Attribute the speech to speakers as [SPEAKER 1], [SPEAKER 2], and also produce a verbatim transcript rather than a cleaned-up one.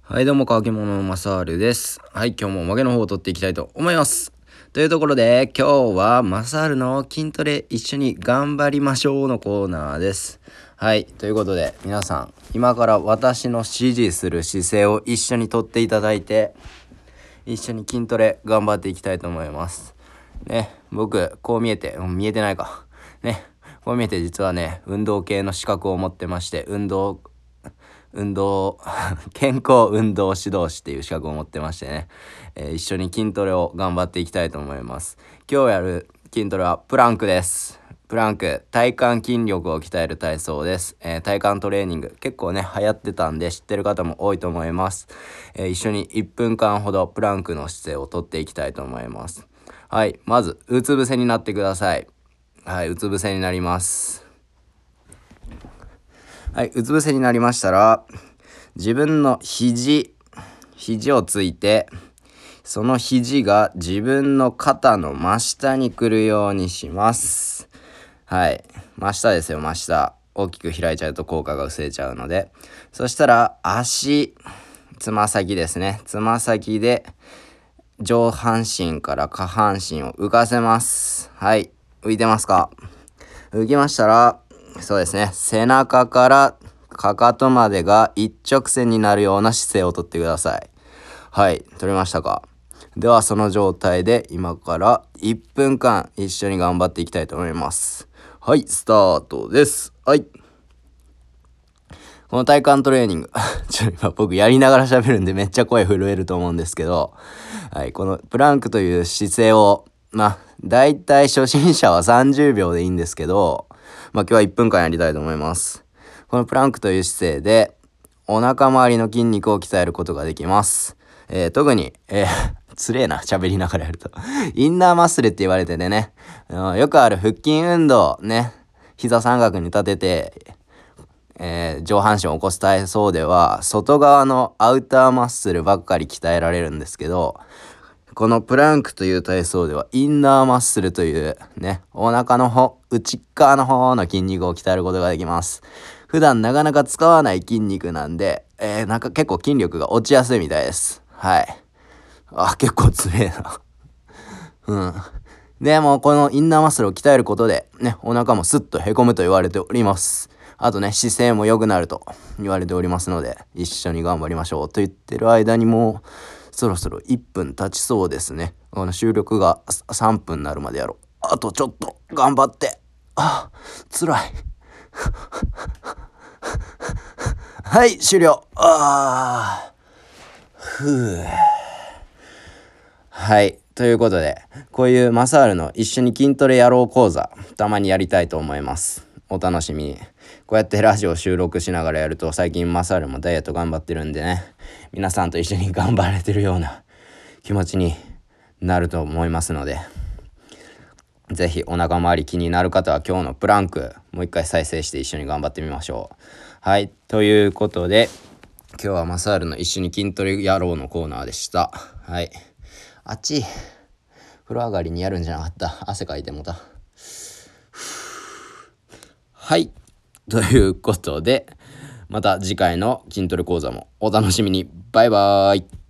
[SPEAKER 1] はい、どうも、乾き物のマサールです。はい、今日もおまけの方を取っていきたいと思います。というところで、今日はマサールの筋トレ一緒に頑張りましょうのコーナーです。はい、ということで、皆さん、今から私の指示する姿勢を一緒にとっていただいて、一緒に筋トレ頑張っていきたいと思います。ね、僕、こう見えて、うん、見えてないか。ね、こう見えて実はね、運動系の資格を持ってまして、運動、運動健康運動指導士っていう資格を持ってましてね、えー、一緒に筋トレを頑張っていきたいと思います。今日やる筋トレはプランクです。プランク、体幹筋力を鍛える体操です。えー、体幹トレーニング結構ね流行ってたんで知ってる方も多いと思います。えー、一緒にいっぷんかんほどプランクの姿勢をとっていきたいと思います。はい、まずうつ伏せになってください。はい、うつ伏せになります。はい、うつ伏せになりましたら、自分の肘、肘をついて、その肘が自分の肩の真下に来るようにします。はい、真下ですよ、真下。大きく開いちゃうと効果が薄れちゃうので。そしたら、足、つま先ですね。つま先で、上半身から下半身を浮かせます。はい、浮いてますか？浮きましたら、そうですね、背中からかかとまでが一直線になるような姿勢をとってください。はい、取れましたか？ではその状態で今からいっぷんかん一緒に頑張っていきたいと思います。はい、スタートです。はい。この体幹トレーニングちょ今僕やりながら喋るんでめっちゃ声震えると思うんですけど、はい、このプランクという姿勢をまあだいたい初心者はさんじゅうびょうでいいんですけど、まあ今日はいっぷんかんやりたいと思います。このプランクという姿勢でお腹周りの筋肉を鍛えることができます。えー、特に、えー、つれえな、喋りながらやると。インナーマッスルって言われててね、よくある腹筋運動、ね、膝三角に立てて、えー、上半身を起こす体操では、外側のアウターマッスルばっかり鍛えられるんですけど、このプランクという体操ではインナーマッスルというね、お腹の方、内側の方の筋肉を鍛えることができます。普段なかなか使わない筋肉なんで、えー、なんか結構筋力が落ちやすいみたいです。はい。あ、結構強えな。うん。でもこのインナーマッスルを鍛えることでね、お腹もスッとへこむと言われております。あとね、姿勢も良くなると言われておりますので、一緒に頑張りましょうと言ってる間にもう、そろそろいっぷん経ちそうですね。この収録がさんぷんになるまでやろう。あとちょっと頑張って。あ、辛い。はい、終了。あー。ふぅ。はい。ということで、こういうマサールの一緒に筋トレやろう講座、たまにやりたいと思います。お楽しみに。こうやってラジオ収録しながらやると、最近マサールもダイエット頑張ってるんでね、皆さんと一緒に頑張れてるような気持ちになると思いますので、ぜひお腹周り気になる方は今日のプランク、もう一回再生して一緒に頑張ってみましょう。はい。ということで、今日はマサールの一緒に筋トレやろうのコーナーでした。はい。あっち、風呂上がりにやるんじゃなかった。汗かいてもた。はい。ということで、また次回の筋トレ講座もお楽しみに。バイバーイ。